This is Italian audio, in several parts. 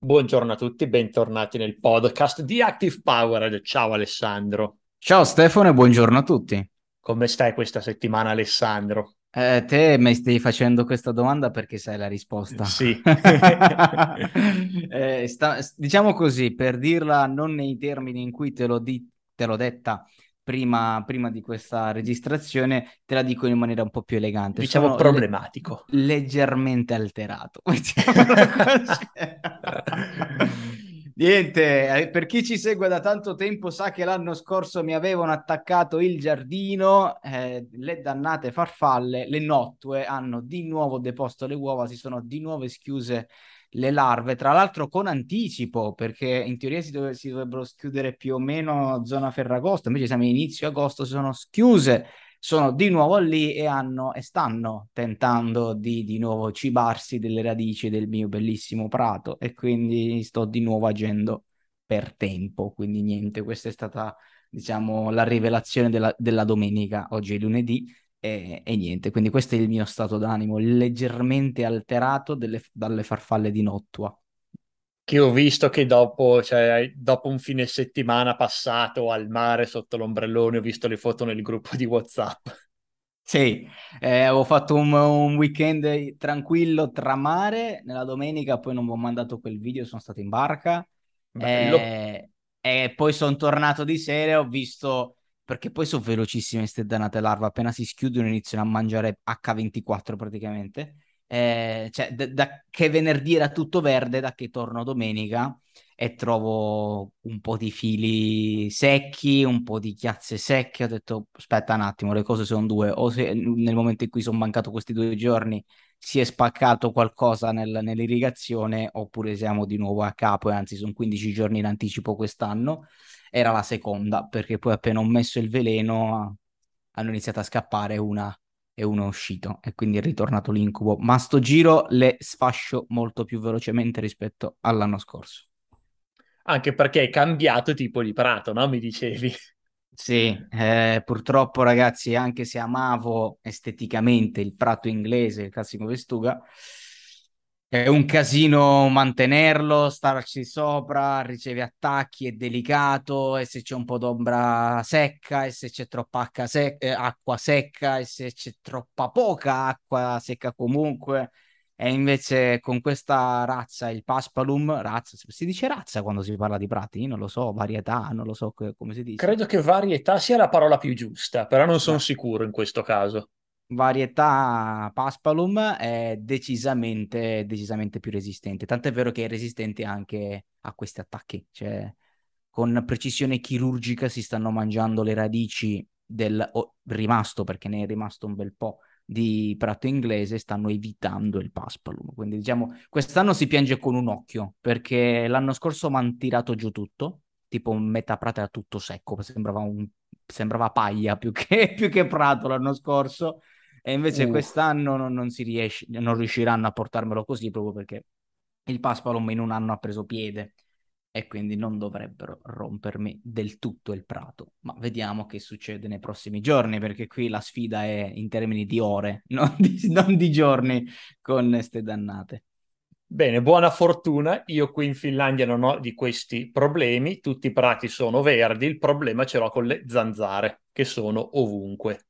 Buongiorno a tutti, bentornati nel podcast di Active Powered. Ciao Alessandro, Ciao Stefano e buongiorno a tutti. come stai questa settimana Alessandro? Te mi stai facendo questa domanda perché sai la risposta. Sì. Diciamo così, per dirla non nei termini in cui te l'ho detta prima di questa registrazione, te la dico in maniera un po' più elegante. Diciamo Sono problematico. leggermente alterato, mettiamola così. Niente, per chi ci segue da tanto tempo sa che l'anno scorso mi avevano attaccato il giardino, le dannate farfalle, le nottue hanno di nuovo deposto le uova, si sono di nuovo schiuse le larve, tra l'altro con anticipo, perché in teoria si dovrebbero schiudere più o meno zona Ferragosto, invece siamo inizio agosto, si sono schiuse, sono di nuovo lì e stanno tentando di nuovo cibarsi delle radici del mio bellissimo prato e quindi sto di nuovo agendo per tempo. Quindi niente, questa è stata, diciamo, la rivelazione della domenica, oggi è lunedì e niente, quindi questo è il mio stato d'animo, leggermente alterato dalle farfalle di Nottua. Che ho visto che dopo un fine settimana passato al mare sotto l'ombrellone, ho visto le foto nel gruppo di WhatsApp. Sì, avevo fatto un weekend tranquillo tra mare, nella domenica poi non vi ho mandato quel video, sono stato in barca Bello. e poi sono tornato di sera e ho visto, perché poi sono velocissime queste dannate larve, appena si schiudono iniziano a mangiare H24 praticamente. Cioè, da che venerdì era tutto verde, da che torno domenica e trovo un po' di fili secchi, un po' di chiazze secche. Ho detto, aspetta un attimo, le cose sono due. O se nel momento in cui sono mancato questi 2 giorni si è spaccato qualcosa nell'irrigazione, oppure siamo di nuovo a capo, e anzi sono 15 giorni in anticipo quest'anno. Era la seconda, perché poi appena ho messo il veleno hanno iniziato a scappare una e uno è uscito e quindi è ritornato l'incubo. Ma sto giro le sfascio molto più velocemente rispetto all'anno scorso. Anche perché hai cambiato tipo di prato, no? Mi dicevi. Sì, purtroppo ragazzi, anche se amavo esteticamente il prato inglese, il classico Vestuga, è un casino mantenerlo, starci sopra, ricevi attacchi, è delicato, e se c'è un po' d'ombra secca, e se c'è troppa acqua secca, e se c'è troppa poca acqua secca comunque. E invece con questa razza, il Paspalum, razza, si dice razza quando si parla di prati? Non lo so, varietà, non lo so come si dice. Credo che varietà sia la parola più giusta, però non sono Va- sicuro in questo caso. Varietà Paspalum è decisamente più resistente, tant'è vero che è resistente anche a questi attacchi, cioè con precisione chirurgica si stanno mangiando le radici rimasto, perché ne è rimasto un bel po' di prato inglese, stanno evitando il Paspalum, quindi diciamo quest'anno si piange con un occhio, perché l'anno scorso mi hanno tirato giù tutto, tipo metà prato era tutto secco, sembrava paglia più che prato l'anno scorso e invece Uh. quest'anno non riusciranno a portarmelo così proprio perché il Paspalum in un anno ha preso piede e quindi non dovrebbero rompermi del tutto il prato. Ma vediamo che succede nei prossimi giorni, perché qui la sfida è in termini di ore, non di giorni con ste dannate. Bene, buona fortuna. Io qui in Finlandia non ho di questi problemi, tutti i prati sono verdi, il problema ce l'ho con le zanzare, che sono ovunque.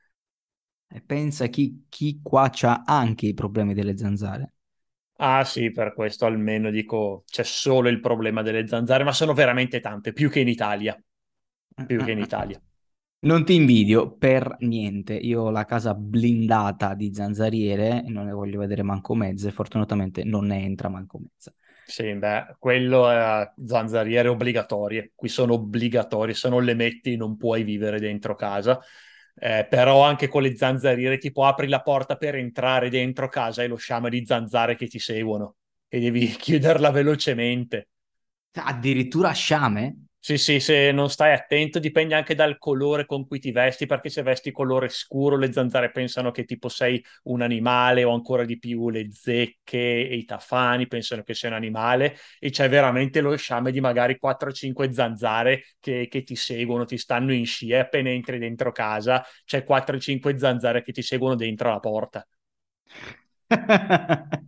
E pensa chi qua c'ha anche i problemi delle zanzare. Ah sì, per questo almeno dico c'è solo il problema delle zanzare, ma sono veramente tante, più che in Italia, più che in Italia. Non ti invidio per niente. Io ho la casa blindata di zanzariere e non ne voglio vedere manco mezze. Fortunatamente non ne entra manco mezza. Sì, beh, quello è zanzariere obbligatorie, qui sono obbligatorie, se non le metti non puoi vivere dentro casa. Però anche con le zanzariere tipo apri la porta per entrare dentro casa e lo sciame di zanzare che ti seguono e devi chiuderla velocemente. Addirittura sciame? Sì, sì, se non stai attento dipende anche dal colore con cui ti vesti, perché se vesti colore scuro le zanzare pensano che tipo sei un animale o ancora di più le zecche e i tafani pensano che sei un animale e c'è veramente lo sciame di magari 4-5 zanzare che ti seguono, ti stanno in scia e appena entri dentro casa c'è 4-5 zanzare che ti seguono dentro la porta.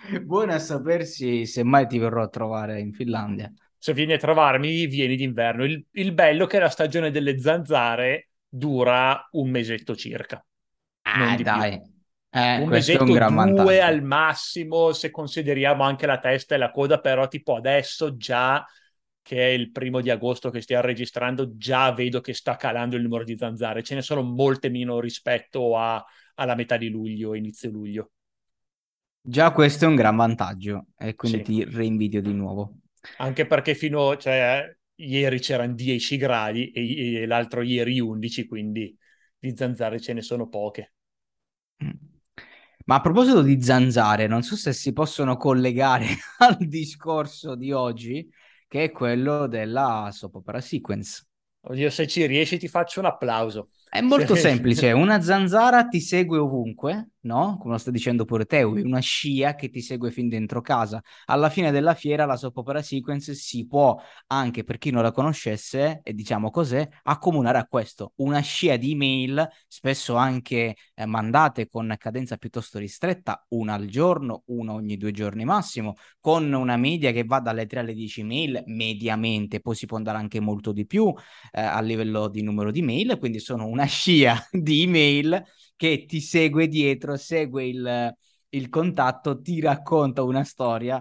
Buono a sapersi se mai ti verrò a trovare in Finlandia. Se vieni a trovarmi, vieni d'inverno. Il bello è che la stagione delle zanzare dura un mesetto circa, non di più. Dai, Un questo è un mesetto, gran due vantaggio. al massimo, se consideriamo anche la testa e la coda, però tipo adesso già che è il 1 di agosto che stiamo registrando, già vedo che sta calando il numero di zanzare. Ce ne sono molte meno rispetto alla metà di luglio, inizio luglio. Già questo è un gran vantaggio e quindi Sì, ti reinvidio di nuovo. anche perché cioè, ieri c'erano 10 gradi e l'altro ieri 11, quindi di zanzare ce ne sono poche. Mm. Ma a proposito di zanzare, non so se si possono collegare al discorso di oggi, che è quello della soap opera sequence. Oddio, se ci riesci ti faccio un applauso. È molto semplice, una zanzara ti segue ovunque, no? Come lo stai dicendo pure te, una scia che ti segue fin dentro casa. Alla fine della fiera la soap opera sequence si può, anche per chi non la conoscesse, e diciamo cos'è, accomunare a questo. Una scia di email, spesso anche mandate con cadenza piuttosto ristretta, una al giorno, una ogni 2 giorni massimo, con una media che va dalle 3 alle 10 mail, mediamente, poi si può andare anche molto di più a livello di numero di mail, quindi sono una scia di email che ti segue dietro, segue il contatto, ti racconta una storia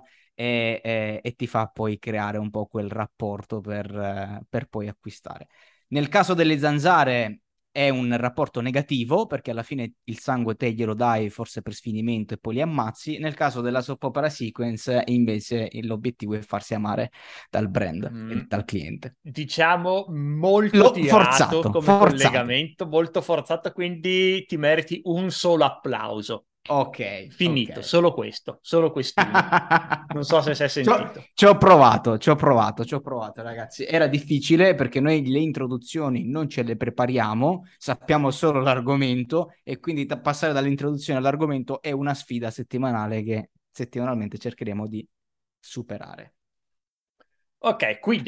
e ti fa poi creare un po' quel rapporto per poi acquistare. Nel caso delle zanzare è un rapporto negativo perché alla fine il sangue te glielo dai forse per sfinimento e poi li ammazzi. Nel caso della soap opera sequence invece l'obiettivo è farsi amare dal brand Mm, e dal cliente. diciamo molto L'ho tirato forzato, come forzato. collegamento, molto forzato, quindi ti meriti un solo applauso. Ok, ok. Finito, solo questo, solo quest'uno. Non so se si è sentito. Ci ho provato, ci ho provato, ci ho provato, ragazzi. Era difficile perché noi le introduzioni non ce le prepariamo, sappiamo solo l'argomento e quindi passare dall'introduzione all'argomento è una sfida settimanale che settimanalmente cercheremo di superare. Ok, quindi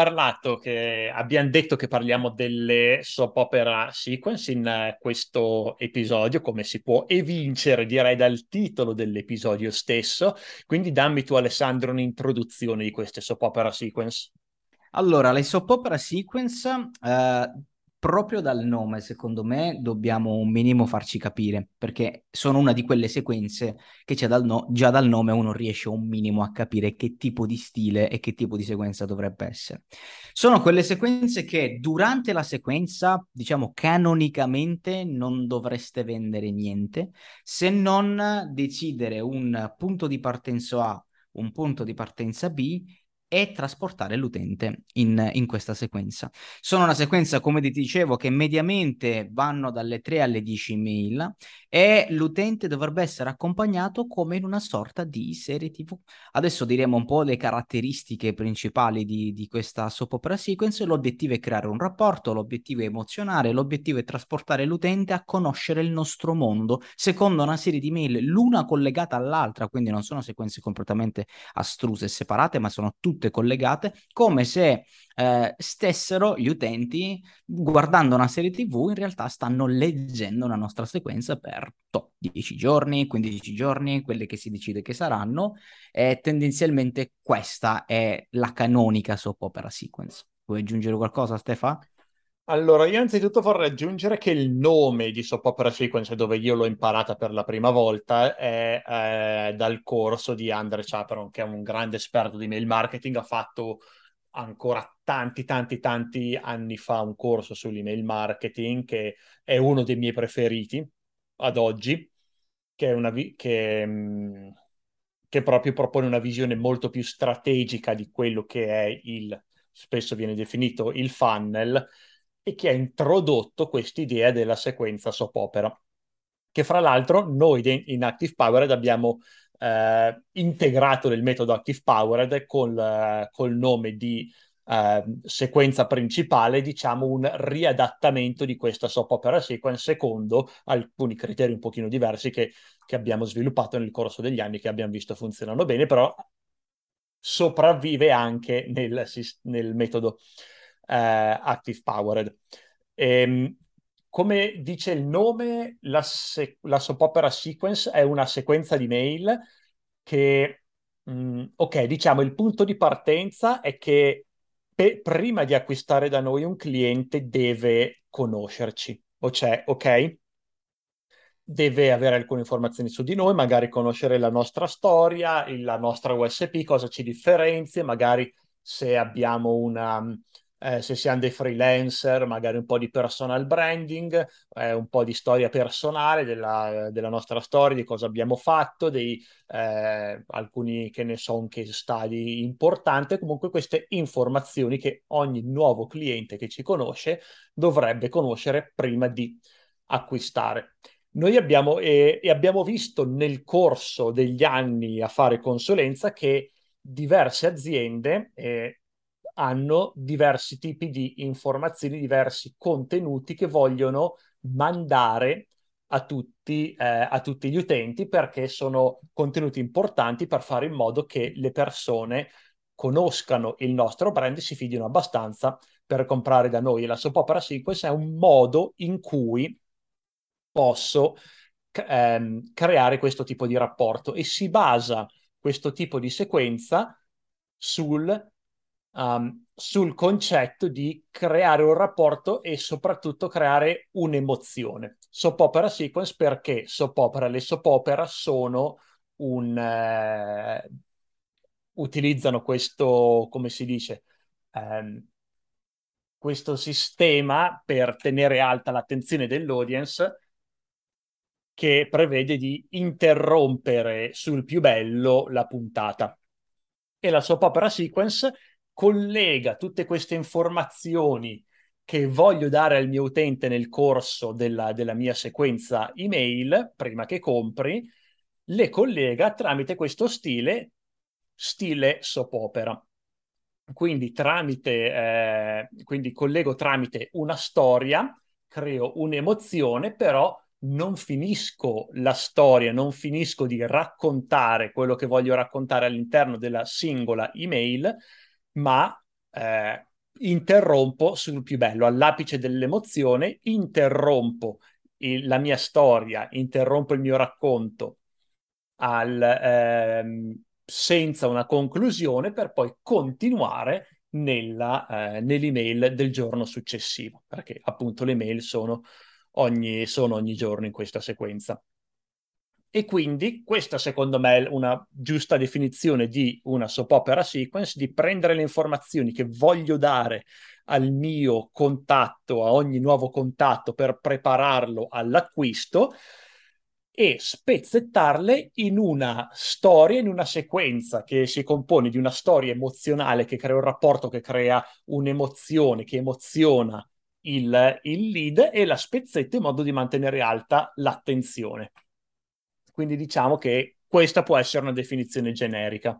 abbiamo detto che parliamo delle soap opera sequence in questo episodio, come si può evincere, direi, dal titolo dell'episodio stesso. Quindi dammi tu, Alessandro, un'introduzione di queste soap opera sequence. Allora, le soap opera sequence, proprio dal nome, secondo me, dobbiamo un minimo farci capire, perché sono una di quelle sequenze che già dal nome uno riesce un minimo a capire che tipo di stile e che tipo di sequenza dovrebbe essere. Sono quelle sequenze che durante la sequenza, diciamo, canonicamente non dovreste vendere niente, se non decidere un punto di partenza A, un punto di partenza B e trasportare l'utente in questa sequenza. Sono una sequenza, come ti dicevo, che mediamente vanno dalle 3 alle 10 mail e l'utente dovrebbe essere accompagnato come in una sorta di serie TV. Adesso diremo un po' le caratteristiche principali di questa soap opera sequence. L'obiettivo è creare un rapporto, l'obiettivo è emozionare, l'obiettivo è trasportare l'utente a conoscere il nostro mondo secondo una serie di mail, l'una collegata all'altra, quindi non sono sequenze completamente astruse e separate, ma sono tutte collegate, come se stessero gli utenti guardando una serie TV, in realtà stanno leggendo una nostra sequenza per 10 giorni, 15 giorni, quelle che si decide che saranno, e tendenzialmente questa è la canonica soap opera sequence. Vuoi aggiungere qualcosa, Stefa? Allora, io innanzitutto vorrei aggiungere che il nome di Soap Opera Sequence, dove io l'ho imparata per la prima volta, è dal corso di Andre Chaperon, che è un grande esperto di mail marketing. Ha fatto ancora tanti, tanti, tanti anni fa un corso sull'email marketing, che è uno dei miei preferiti ad oggi, che è che proprio propone una visione molto più strategica di quello che è spesso viene definito il funnel, e che ha introdotto quest'idea della sequenza soap opera, che fra l'altro noi in Active Powered abbiamo integrato nel metodo Active Powered col nome di sequenza principale, diciamo un riadattamento di questa soap opera sequence secondo alcuni criteri un pochino diversi che abbiamo sviluppato nel corso degli anni, che abbiamo visto funzionano bene, però sopravvive anche nel metodo Active Powered. Ehm, Come dice il nome, la soap opera sequence è una sequenza di mail che, ok, diciamo il punto di partenza è che prima di acquistare da noi un cliente deve conoscerci, ok? Deve avere alcune informazioni su di noi, magari conoscere la nostra storia, la nostra USP, cosa ci differenzia, magari se abbiamo se siamo dei freelancer, magari un po' di personal branding, un po' di storia personale della nostra storia, di cosa abbiamo fatto, alcuni che ne so, un case study importante, comunque queste informazioni che ogni nuovo cliente che ci conosce dovrebbe conoscere prima di acquistare. Noi abbiamo visto nel corso degli anni a fare consulenza che diverse aziende hanno diversi tipi di informazioni, diversi contenuti che vogliono mandare a tutti gli utenti perché sono contenuti importanti per fare in modo che le persone conoscano il nostro brand e si fidino abbastanza per comprare da noi. E la Soap Opera Sequence è un modo in cui posso creare questo tipo di rapporto e si basa questo tipo di sequenza sul concetto di creare un rapporto e soprattutto creare un'emozione. Soap opera sequence perché le soap opera sono un... utilizzano questo, come si dice, ehm, questo sistema per tenere alta l'attenzione dell'audience che prevede di interrompere sul più bello la puntata. E la soap opera sequence collega tutte queste informazioni che voglio dare al mio utente nel corso della mia sequenza email, prima che compri, le collega tramite questo stile soap opera. Quindi collego tramite una storia, creo un'emozione, però non finisco la storia, non finisco di raccontare quello che voglio raccontare all'interno della singola email, ma interrompo sul più bello, all'apice dell'emozione, interrompo la mia storia, interrompo il mio racconto senza una conclusione per poi continuare nell'email del giorno successivo, perché appunto le mail sono ogni giorno in questa sequenza. E quindi questa secondo me è una giusta definizione di una soap opera sequence, di prendere le informazioni che voglio dare al mio contatto, a ogni nuovo contatto per prepararlo all'acquisto e spezzettarle in una storia, in una sequenza che si compone di una storia emozionale che crea un rapporto, che crea un'emozione, che emoziona il lead e la spezzetto in modo di mantenere alta l'attenzione. Quindi diciamo che questa può essere una definizione generica.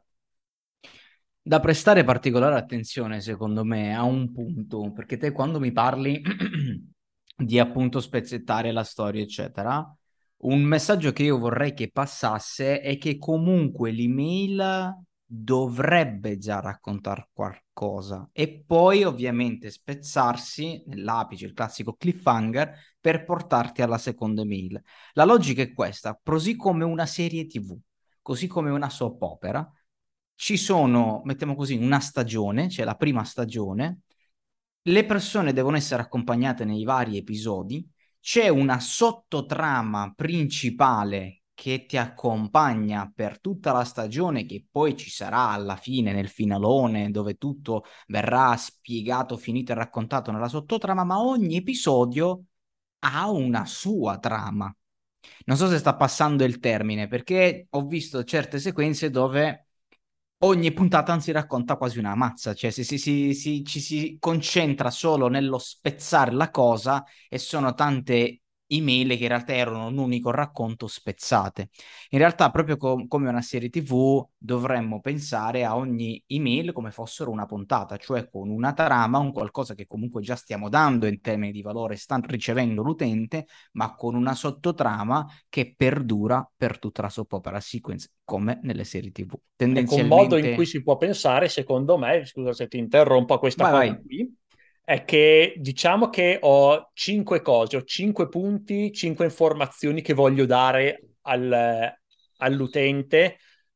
Da prestare particolare attenzione, secondo me, a un punto, perché te quando mi parli di appunto spezzettare la storia, eccetera, un messaggio che io vorrei che passasse è che comunque l'email dovrebbe già raccontare qualcosa e poi ovviamente spezzarsi nell'apice, il classico cliffhanger, per portarti alla seconda email. La logica è questa, così come una serie TV, così come una soap opera ci sono, mettiamo così, una stagione, cioè la prima stagione, le persone devono essere accompagnate nei vari episodi, c'è una sottotrama principale che ti accompagna per tutta la stagione, che poi ci sarà alla fine, nel finalone, dove tutto verrà spiegato, finito e raccontato nella sottotrama, ma ogni episodio ha una sua trama. Non so se sta passando il termine, perché ho visto certe sequenze dove ogni puntata anzi racconta quasi una mazza, cioè ci si concentra solo nello spezzare la cosa e sono tante email che in realtà erano un unico racconto spezzate. In realtà, proprio come una serie TV, dovremmo pensare a ogni email come fossero una puntata, cioè con una trama, un qualcosa che comunque già stiamo dando in termini di valore, sta ricevendo l'utente, ma con una sottotrama che perdura per tutta la soap opera sequence, come nelle serie TV. Ecco, un modo in cui Tendenzialmente, si può pensare, secondo me, scusa se ti interrompo a questa vai, cosa vai. qui, è che diciamo che ho cinque cose, ho cinque punti, cinque informazioni che voglio dare all'utente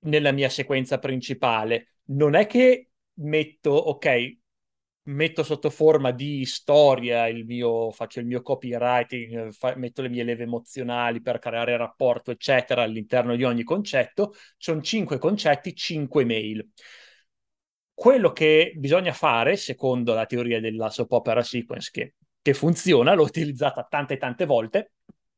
nella mia sequenza principale. Non è che metto, ok, metto sotto forma di storia faccio il mio copywriting, metto le mie leve emozionali per creare rapporto, eccetera, all'interno di ogni concetto. Sono 5 concetti, 5 mail. Quello che bisogna fare, secondo la teoria della soap opera sequence, che funziona, l'ho utilizzata tante tante volte,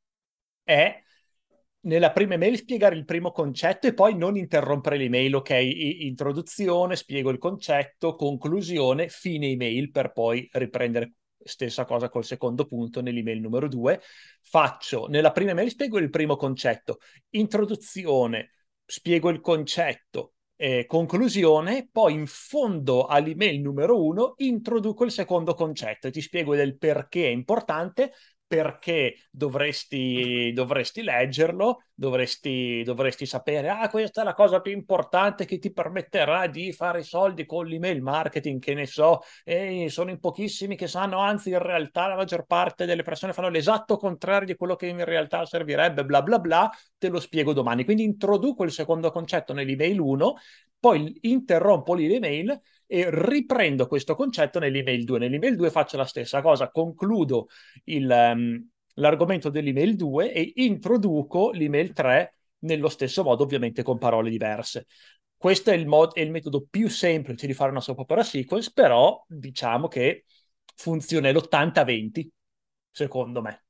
è nella prima email spiegare il primo concetto e poi non interrompere l'email, ok? Introduzione, spiego il concetto, conclusione, fine email per poi riprendere stessa cosa col secondo punto nell'email numero 2. Faccio nella prima email spiego il primo concetto, introduzione, spiego il concetto, conclusione, poi in fondo all'email numero 1 introduco il secondo concetto e ti spiego del perché è importante, perché dovresti leggerlo, dovresti sapere, ah, questa è la cosa più importante che ti permetterà di fare i soldi con l'email marketing, che ne so, e sono in pochissimi che sanno, anzi in realtà la maggior parte delle persone fanno l'esatto contrario di quello che in realtà servirebbe, bla bla bla, te lo spiego domani. Quindi introduco il secondo concetto nell'email 1, poi interrompo lì l'email e riprendo questo concetto nell'email 2. Nell'email 2 faccio la stessa cosa, concludo l'argomento dell'email 2 e introduco l'email 3 nello stesso modo, ovviamente con parole diverse. Questo è il metodo più semplice di fare una soap opera sequence, però diciamo che funziona l'80-20, secondo me.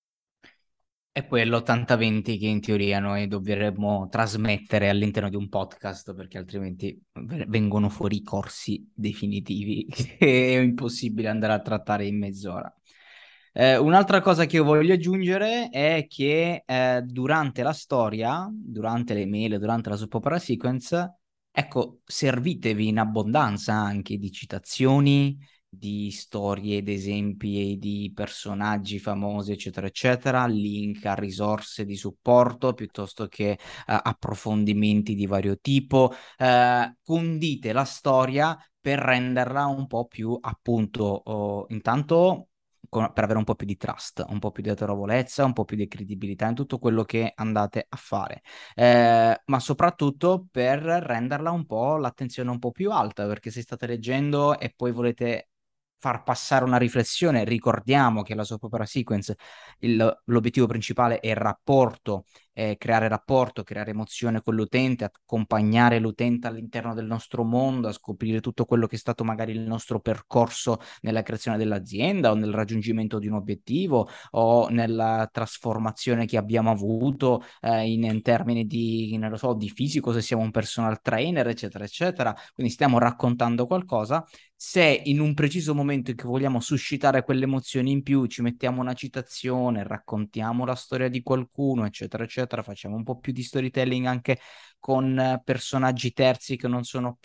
È quello 80-20 che in teoria noi dovremmo trasmettere all'interno di un podcast, perché altrimenti vengono fuori i corsi definitivi che è impossibile andare a trattare in mezz'ora. Un'altra cosa che io voglio aggiungere è che durante la storia, durante le mail, durante la soap opera sequence, ecco, servitevi in abbondanza anche di citazioni, di storie ed esempi di personaggi famosi, eccetera, eccetera, link a risorse di supporto piuttosto che approfondimenti di vario tipo. Condite la storia per renderla un po' più, appunto, intanto per avere un po' più di trust, un po' più di autorevolezza, un po' più di credibilità in tutto quello che andate a fare, ma soprattutto per renderla un po' l'attenzione un po' più alta, perché se state leggendo e poi volete far passare una riflessione, ricordiamo che la soap opera sequence, l'obiettivo principale è il rapporto, creare rapporto, creare emozione con l'utente, accompagnare l'utente all'interno del nostro mondo, a scoprire tutto quello che è stato magari il nostro percorso nella creazione dell'azienda o nel raggiungimento di un obiettivo o nella trasformazione che abbiamo avuto in termini di, non lo so, di fisico, se siamo un personal trainer, eccetera, eccetera. Quindi stiamo raccontando qualcosa. Se in un preciso momento in cui vogliamo suscitare quelle emozioni in più, ci mettiamo una citazione, raccontiamo la storia di qualcuno, eccetera, eccetera, facciamo un po' più di storytelling anche con personaggi terzi che non sono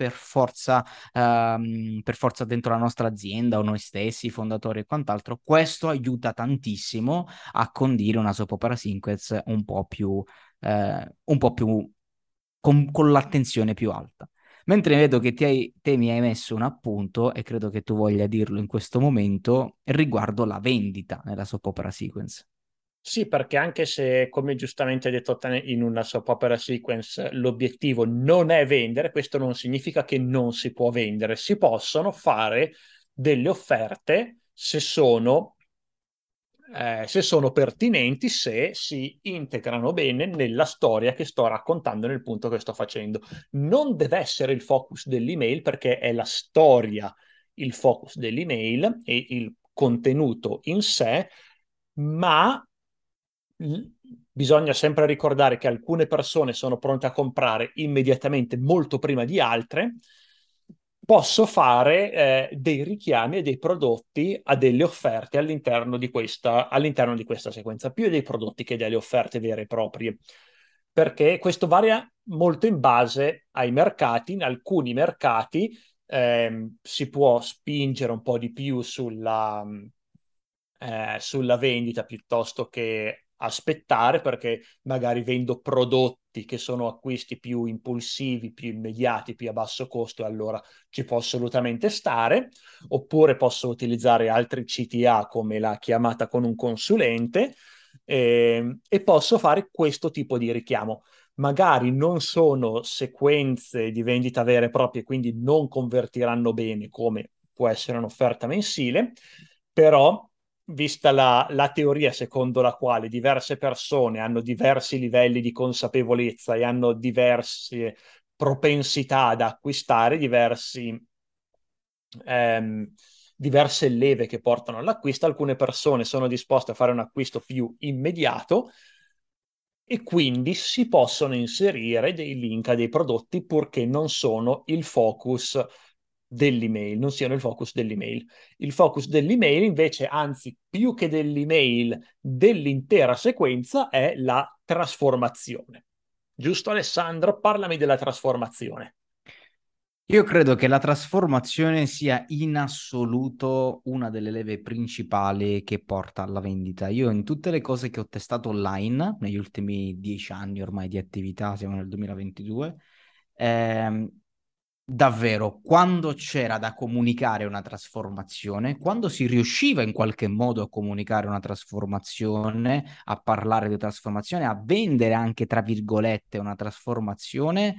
per forza dentro la nostra azienda o noi stessi, i fondatori e quant'altro, questo aiuta tantissimo a condire una soap opera sequence un po' più con l'attenzione più alta. Mentre vedo che te mi hai messo un appunto, e credo che tu voglia dirlo in questo momento, riguardo la vendita nella soap opera sequence. Sì, perché anche se, come giustamente hai detto te, in una soap opera sequence l'obiettivo non è vendere, questo non significa che non si può vendere. Si possono fare delle offerte se sono pertinenti, se si integrano bene nella storia che sto raccontando, nel punto che sto facendo. Non deve essere il focus dell'email, perché è la storia il focus dell'email e il contenuto in sé, ma l- bisogna sempre ricordare che alcune persone sono pronte a comprare immediatamente, molto prima di altre. Posso fare dei richiami e dei prodotti a delle offerte all'interno di questa sequenza, più dei prodotti che delle offerte vere e proprie, perché questo varia molto in base ai mercati. In alcuni mercati si può spingere un po' di più sulla vendita piuttosto che aspettare, perché magari vendo prodotti che sono acquisti più impulsivi, più immediati, più a basso costo, e allora ci può assolutamente stare. Oppure posso utilizzare altri CTA come la chiamata con un consulente, e posso fare questo tipo di richiamo. magari non sono sequenze di vendita vere e proprie, quindi non convertiranno bene come può essere un'offerta mensile, però vista la teoria secondo la quale diverse persone hanno diversi livelli di consapevolezza e hanno diverse propensità ad acquistare, ehm, diverse leve che portano all'acquisto, alcune persone sono disposte a fare un acquisto più immediato e quindi si possono inserire dei link a dei prodotti purché non sono il focus dell'email, non siano il focus dell'email. Il focus dell'email invece, anzi più che dell'email, dell'intera sequenza è la trasformazione. Giusto Alessandro? Parlami della trasformazione. Io credo che la trasformazione sia in assoluto una delle leve principali che porta alla vendita. Io in tutte le cose che ho testato online, negli ultimi 10 anni ormai di attività, siamo nel 2022, ehm, davvero, quando c'era da comunicare una trasformazione, quando si riusciva in qualche modo a comunicare una trasformazione, a parlare di trasformazione, a vendere anche, tra virgolette, una trasformazione,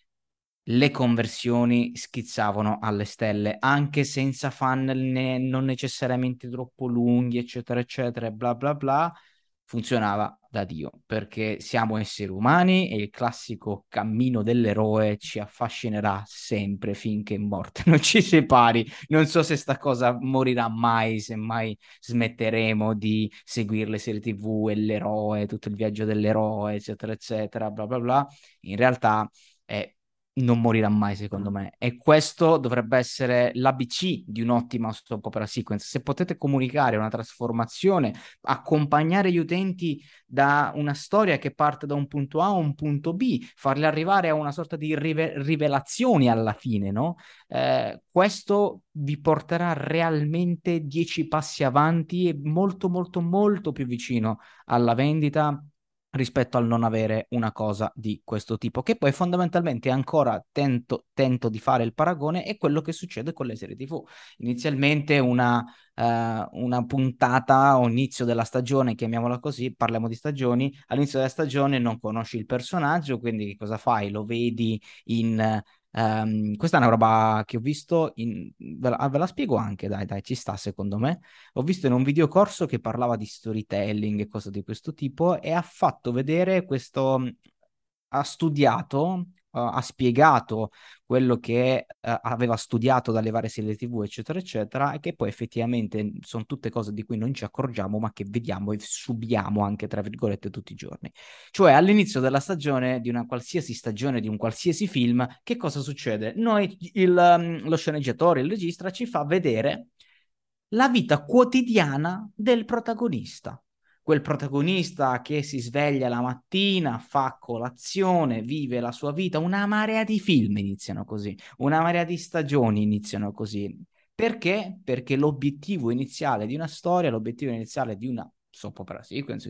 le conversioni schizzavano alle stelle, anche senza funnel non necessariamente troppo lunghi, eccetera, eccetera, e bla bla bla, funzionava da Dio, perché siamo esseri umani e il classico cammino dell'eroe ci affascinerà sempre finché in morte non ci separi. Non so se sta cosa morirà mai, se mai smetteremo di seguire le serie TV e l'eroe, tutto il viaggio dell'eroe, eccetera, eccetera, bla bla bla. In realtà è non morirà mai, secondo me. E questo dovrebbe essere l'ABC di un'ottima soap opera sequence. Se potete comunicare una trasformazione, accompagnare gli utenti da una storia che parte da un punto A a un punto B, farli arrivare a una sorta di rivelazioni alla fine, no? Questo vi porterà realmente 10 passi avanti e molto, molto, molto più vicino alla vendita rispetto al non avere una cosa di questo tipo, che poi fondamentalmente ancora tento di fare il paragone, è quello che succede con le serie TV. Inizialmente una puntata o inizio della stagione, chiamiamola così, parliamo di stagioni, all'inizio della stagione non conosci il personaggio, quindi che cosa fai? Lo vedi in... questa è una roba che ho visto, ve la spiego anche, dai, ci sta secondo me. Ho visto in un videocorso che parlava di storytelling e cose di questo tipo e ha fatto vedere questo, ha studiato, ha spiegato quello che aveva studiato dalle varie serie TV, eccetera, eccetera, e che poi effettivamente sono tutte cose di cui non ci accorgiamo, ma che vediamo e subiamo anche, tra virgolette, tutti i giorni. Cioè, all'inizio della stagione, di una qualsiasi stagione, di un qualsiasi film, che cosa succede? Lo sceneggiatore, il regista, ci fa vedere la vita quotidiana del protagonista. Quel protagonista che si sveglia la mattina, fa colazione, vive la sua vita, una marea di film iniziano così, una marea di stagioni iniziano così. Perché? Perché l'obiettivo iniziale di una storia, l'obiettivo iniziale di una soap opera sequence,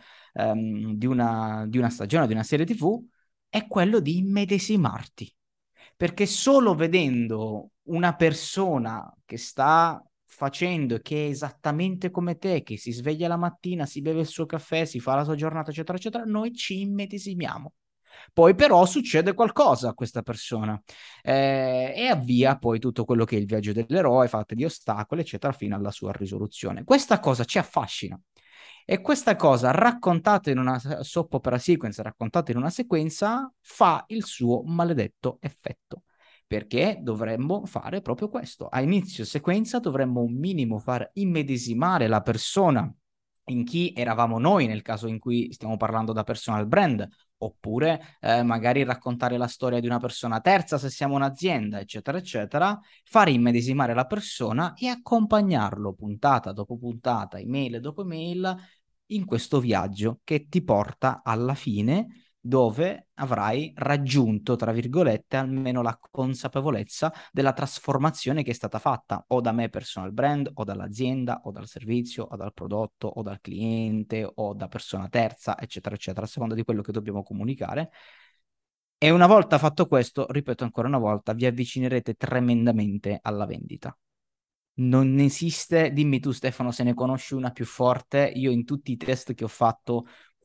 di una stagione, di una serie TV, è quello di immedesimarti, perché solo vedendo una persona che sta facendo, che è esattamente come te, che si sveglia la mattina, si beve il suo caffè, si fa la sua giornata, eccetera, eccetera, noi ci immedesimiamo. Poi però succede qualcosa a questa persona e avvia poi tutto quello che è il viaggio dell'eroe, fatto di ostacoli, eccetera, fino alla sua risoluzione. Questa cosa ci affascina. E questa cosa raccontata in una soap opera sequence, raccontata in una sequenza, fa il suo maledetto effetto. Perché dovremmo fare proprio questo. A inizio sequenza dovremmo un minimo far immedesimare la persona in chi eravamo noi nel caso in cui stiamo parlando da personal brand, oppure magari raccontare la storia di una persona terza se siamo un'azienda, eccetera, eccetera, fare immedesimare la persona e accompagnarlo puntata dopo puntata, email dopo email, in questo viaggio che ti porta alla fine dove avrai raggiunto, tra virgolette, almeno la consapevolezza della trasformazione che è stata fatta o da me personal brand, o dall'azienda, o dal servizio, o dal prodotto, o dal cliente, o da persona terza, eccetera, eccetera, a seconda di quello che dobbiamo comunicare. E una volta fatto questo, ripeto ancora una volta, vi avvicinerete tremendamente alla vendita. Non esiste, dimmi tu Stefano se ne conosci una più forte, io in tutti i test che ho fatto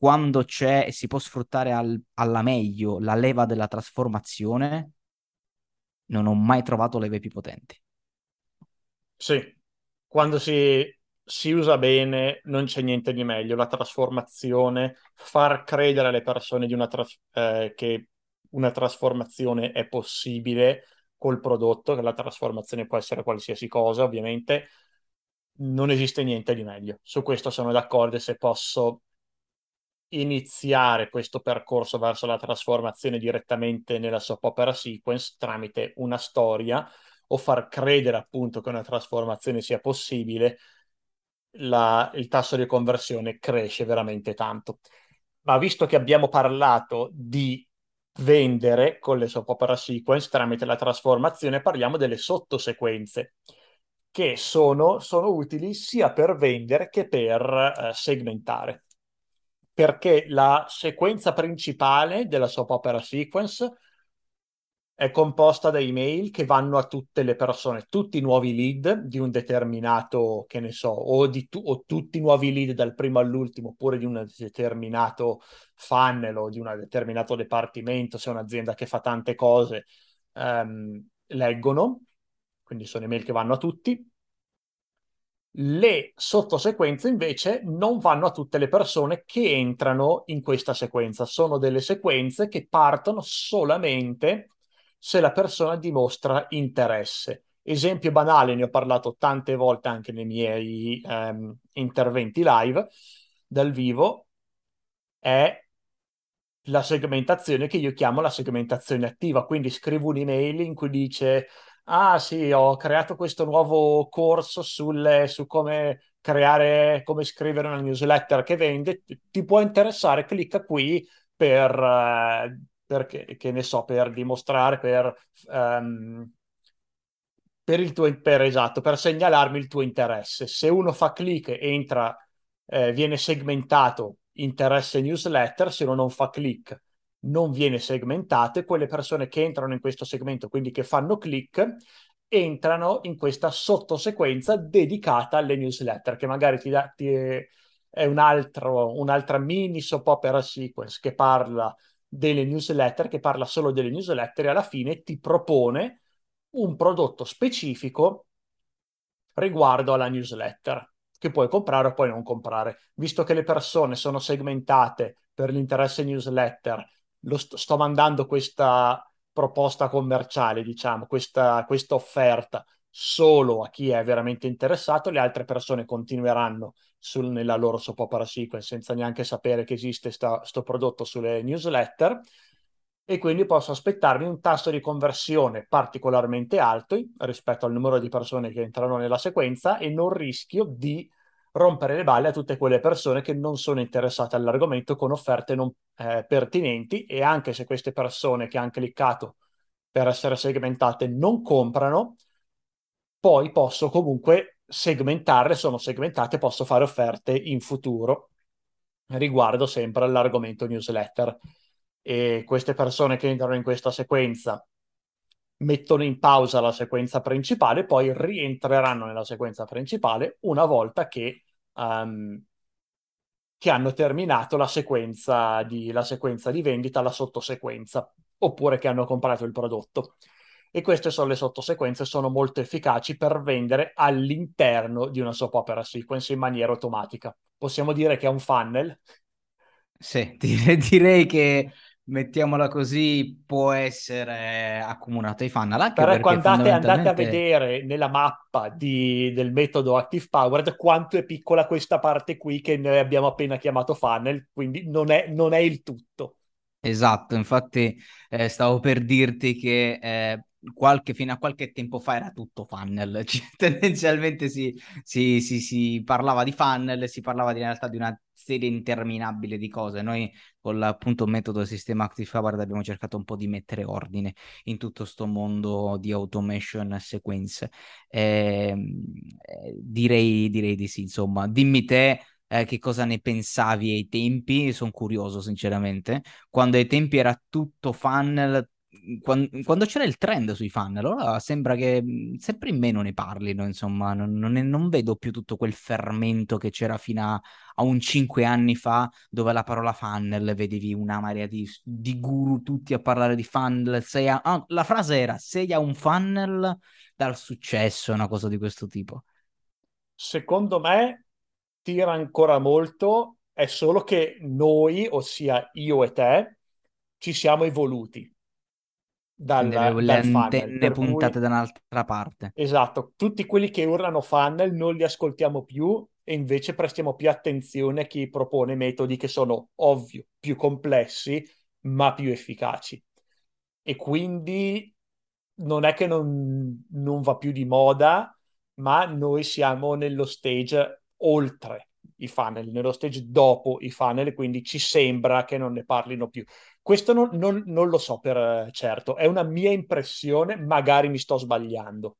quando c'è e si può sfruttare alla meglio la leva della trasformazione, non ho mai trovato leve più potenti. Sì, quando si usa bene non c'è niente di meglio. La trasformazione, far credere alle persone che una trasformazione è possibile col prodotto, che la trasformazione può essere qualsiasi cosa, ovviamente, non esiste niente di meglio. Su questo sono d'accordo e se posso iniziare questo percorso verso la trasformazione direttamente nella soap opera sequence tramite una storia o far credere appunto che una trasformazione sia possibile, il tasso di conversione cresce veramente tanto. Ma visto che abbiamo parlato di vendere con le soap opera sequence tramite la trasformazione, parliamo delle sottosequenze che sono utili sia per vendere che per segmentare. Perché la sequenza principale della soap opera sequence è composta da email che vanno a tutte le persone, tutti i nuovi lead di un determinato, che ne so, o tutti i nuovi lead dal primo all'ultimo, oppure di un determinato funnel o di un determinato dipartimento, se è un'azienda che fa tante cose, leggono, quindi sono email che vanno a tutti. Le sottosequenze invece non vanno a tutte le persone che entrano in questa sequenza, sono delle sequenze che partono solamente se la persona dimostra interesse. Esempio banale, ne ho parlato tante volte anche nei miei interventi live dal vivo, è la segmentazione che io chiamo la segmentazione attiva. Quindi scrivo un'email in cui dice: Ah sì, ho creato questo nuovo corso su come creare, come scrivere una newsletter che vende. Ti può interessare? Clicca qui che ne so, per dimostrare, ehm, per segnalarmi il tuo interesse. Se uno fa click e entra, viene segmentato interesse newsletter, se uno non fa click non viene segmentato e quelle persone che entrano in questo segmento, quindi che fanno click, entrano in questa sottosequenza dedicata alle newsletter, che magari è un'altra mini soap opera sequence che parla delle newsletter, che parla solo delle newsletter e alla fine ti propone un prodotto specifico riguardo alla newsletter che puoi comprare o puoi non comprare. Visto che le persone sono segmentate per l'interesse newsletter, sto mandando questa proposta commerciale, diciamo, questa offerta solo a chi è veramente interessato, le altre persone continueranno nella loro soap opera sequence senza neanche sapere che esiste sto prodotto sulle newsletter e quindi posso aspettarmi un tasso di conversione particolarmente alto rispetto al numero di persone che entrano nella sequenza e non rischio di rompere le balle a tutte quelle persone che non sono interessate all'argomento con offerte non pertinenti e anche se queste persone che hanno cliccato per essere segmentate non comprano, poi posso comunque segmentarle, sono segmentate, posso fare offerte in futuro riguardo sempre all'argomento newsletter. E queste persone che entrano in questa sequenza mettono in pausa la sequenza principale, poi rientreranno nella sequenza principale una volta ehm, che hanno terminato la sequenza di vendita, la sottosequenza, oppure che hanno comprato il prodotto. E queste sono le sottosequenze, sono molto efficaci per vendere all'interno di una soap opera sequence in maniera automatica. Possiamo dire che è un funnel. Sì, direi che mettiamola così, può essere accomunato ai funnel, anche Però ecco, perché andate a fondamentalmente. vedere nella mappa del metodo Active Powered quanto è piccola questa parte qui che noi abbiamo appena chiamato funnel, quindi non è il tutto. Esatto, infatti stavo per dirti che fino a qualche tempo fa era tutto funnel, cioè, tendenzialmente si parlava di funnel, si parlava in realtà di una serie interminabile di cose. Noi con appunto metodo sistema Active Forward abbiamo cercato un po' di mettere ordine in tutto sto mondo di automation e sequenze. Direi di sì, insomma, dimmi te. Che cosa ne pensavi ai tempi? Sono curioso, sinceramente quando ai tempi era tutto funnel, quando c'era il trend sui funnel, ora sembra che sempre in meno ne parlino, insomma, non vedo più tutto quel fermento che c'era fino a un 5 anni fa, dove la parola funnel vedevi una marea di guru tutti a parlare di funnel. La frase era: sei a un funnel dal successo, una cosa di questo tipo. Secondo me tira ancora molto, è solo che noi, ossia io e te, ci siamo evoluti Quindi avevo le dal funnel, antenne per cui puntate da un'altra parte. esatto, tutti quelli che urlano funnel non li ascoltiamo più e invece prestiamo più attenzione a chi propone metodi che sono ovvio più complessi, ma più efficaci. E quindi non è che non va più di moda, ma noi siamo nello stage oltre i funnel, nello stage dopo i funnel, e quindi ci sembra che non ne parlino più. Questo non lo so per certo, è una mia impressione, magari mi sto sbagliando.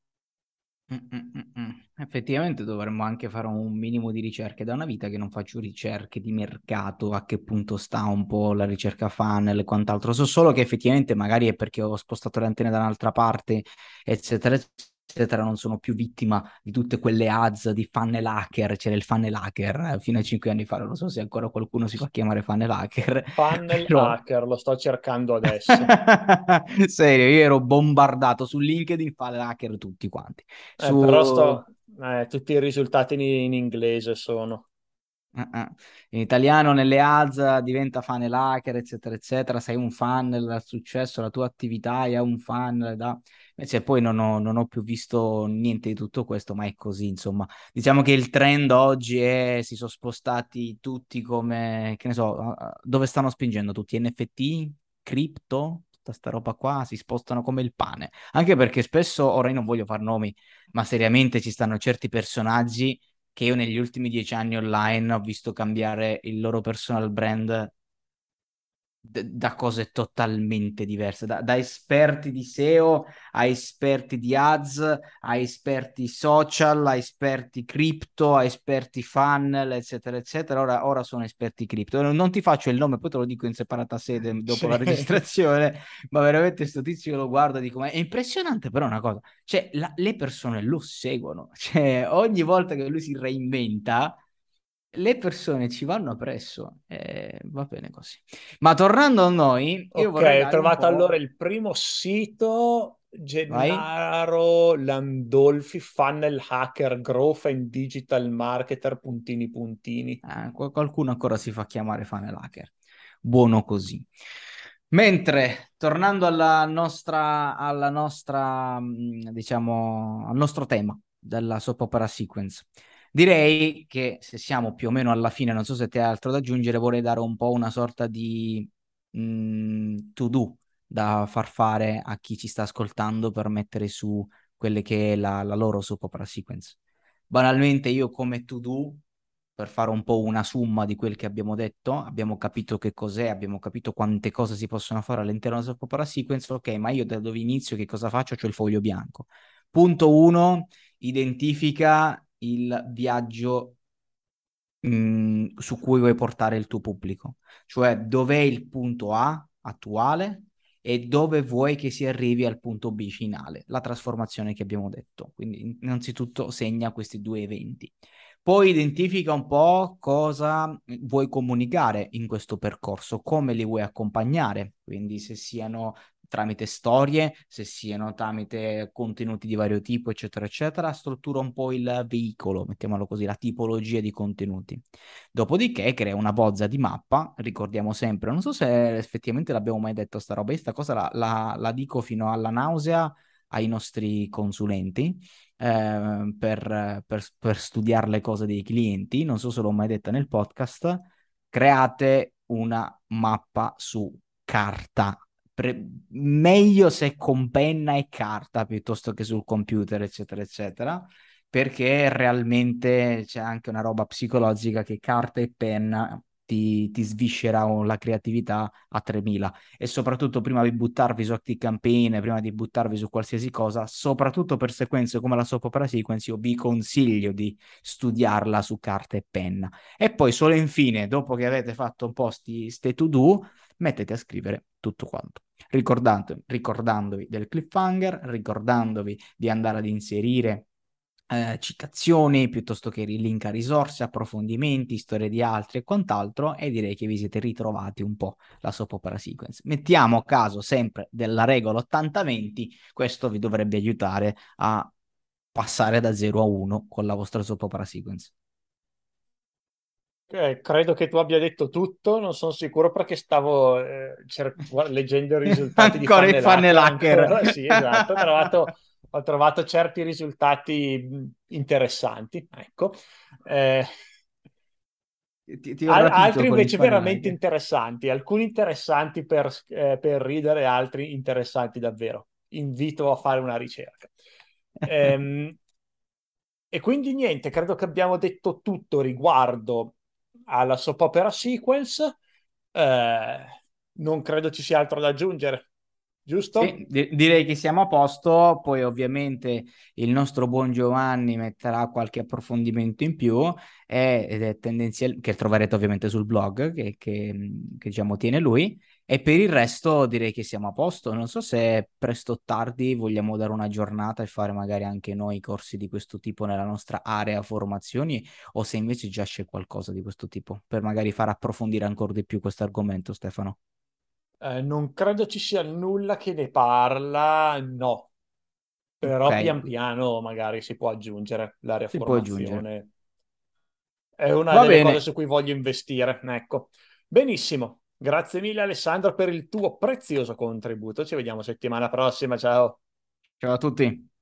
Effettivamente dovremmo anche fare un minimo di ricerche. Da una vita che non faccio ricerche di mercato, a che punto sta un po' la ricerca funnel e quant'altro. So solo che effettivamente magari è perché ho spostato le antenne da un'altra parte, eccetera, eccetera. Non sono più vittima di tutte quelle ads di funnel hacker. C'era il funnel hacker fino a 5 anni fa. Non so se ancora qualcuno si fa chiamare funnel hacker, Funnel però hacker, lo sto cercando adesso. serio, io ero bombardato su LinkedIn, funnel hacker tutti quanti. Però Su tutti i risultati in inglese sono. eh. In italiano nelle ads diventa funnel hacker, eccetera, eccetera. Sei un funnel dal successo, la tua attività è un funnel da... Invece poi non ho più visto niente di tutto questo, ma è così, insomma. Diciamo che il trend oggi è, si sono spostati tutti come, che ne so, dove stanno spingendo tutti? NFT, cripto, tutta sta roba qua, si spostano come il pane. Anche perché spesso, ora io non voglio far nomi, ma seriamente ci stanno certi personaggi che io negli ultimi 10 anni online ho visto cambiare il loro personal brand da cose totalmente diverse, da esperti di SEO a esperti di ads, a esperti social, a esperti cripto, a esperti funnel, eccetera, eccetera. Ora sono esperti cripto. Non ti faccio il nome, poi te lo dico in separata sede dopo Sì. la registrazione, ma veramente sto tizio io lo guardo e dico, ma è impressionante però una cosa, cioè le persone lo seguono, cioè ogni volta che lui si reinventa le persone ci vanno appresso e va bene così. Ma tornando a noi, io Ok, vorrei ho dare un trovato allora po'... il primo sito, Vai? Gennaro Landolfi, Funnel Hacker, Growth and Digital Marketer, puntini puntini. Qualcuno ancora si fa chiamare funnel hacker. Buono così. Mentre, tornando diciamo, al nostro tema della soap opera sequence, direi che se siamo più o meno alla fine, non so se ti hai altro da aggiungere, vorrei dare un po' una sorta di to-do da far fare a chi ci sta ascoltando per mettere su quelle che è la loro soap opera sequence. Banalmente, io come to-do, per fare un po' una summa di quel che abbiamo detto, abbiamo capito che cos'è, abbiamo capito quante cose si possono fare all'interno della soap opera sequence. Ok, ma io da dove inizio, che cosa faccio? C'ho il foglio bianco. Punto 1, identifica il viaggio su cui vuoi portare il tuo pubblico, cioè dov'è il punto A attuale e dove vuoi che si arrivi al punto B finale, la trasformazione che abbiamo detto. Quindi innanzitutto segna questi due eventi. Poi identifica un po' cosa vuoi comunicare in questo percorso, come li vuoi accompagnare, quindi se siano tramite storie, se siano tramite contenuti di vario tipo, eccetera, eccetera, struttura un po' il veicolo, mettiamolo così, la tipologia di contenuti. Dopodiché crea una bozza di mappa, ricordiamo sempre, non so se effettivamente l'abbiamo mai detto sta roba, io sta cosa la dico fino alla nausea ai nostri consulenti per studiare le cose dei clienti, non so se l'ho mai detta nel podcast, create una mappa su carta. Meglio se con penna e carta piuttosto che sul computer, eccetera, eccetera, perché realmente c'è anche una roba psicologica che carta e penna ti sviscera la creatività a 3000. E soprattutto prima di buttarvi su Active Campaign, prima di buttarvi su qualsiasi cosa, soprattutto per sequenze come la soap opera sequence, io vi consiglio di studiarla su carta e penna. E poi solo infine, dopo che avete fatto un po' ste to do, mettete a scrivere tutto quanto. ricordandovi del cliffhanger, ricordandovi di andare ad inserire citazioni piuttosto che link a risorse, approfondimenti, storie di altri e quant'altro, e direi che vi siete ritrovati un po' la soap opera sequence. Mettiamo caso sempre della regola 80-20, questo vi dovrebbe aiutare a passare da 0 a 1 con la vostra soap opera sequence. Credo che tu abbia detto tutto, non sono sicuro perché stavo leggendo i risultati di Ancora i Funnel funnel Hacker hacker. ancora, sì, esatto, ho trovato certi risultati interessanti, ecco. Eh, Ti ho rapito altri con i invece funnel veramente hacker. interessanti, alcuni interessanti per ridere, altri interessanti davvero. Invito a fare una ricerca. Ehm, e quindi niente, credo che abbiamo detto tutto riguardo alla soap opera sequence. Eh, non credo ci sia altro da aggiungere, giusto? Sì, direi che siamo a posto, poi ovviamente il nostro buon Giovanni metterà qualche approfondimento in più ed è che troverete ovviamente sul blog che diciamo tiene lui, e per il resto direi che siamo a posto. Non so se presto o tardi vogliamo dare una giornata e fare magari anche noi corsi di questo tipo nella nostra area formazioni, o se invece già c'è qualcosa di questo tipo per magari far approfondire ancora di più questo argomento, Stefano. Non credo ci sia nulla che ne parla, no. Ok, Però pian piano magari si può aggiungere l'area si può aggiungere. formazione. È una Va delle cose bene. su cui voglio investire. Ecco. Benissimo. Grazie mille Alessandro per il tuo prezioso contributo. Ci vediamo settimana prossima. Ciao. Ciao a tutti.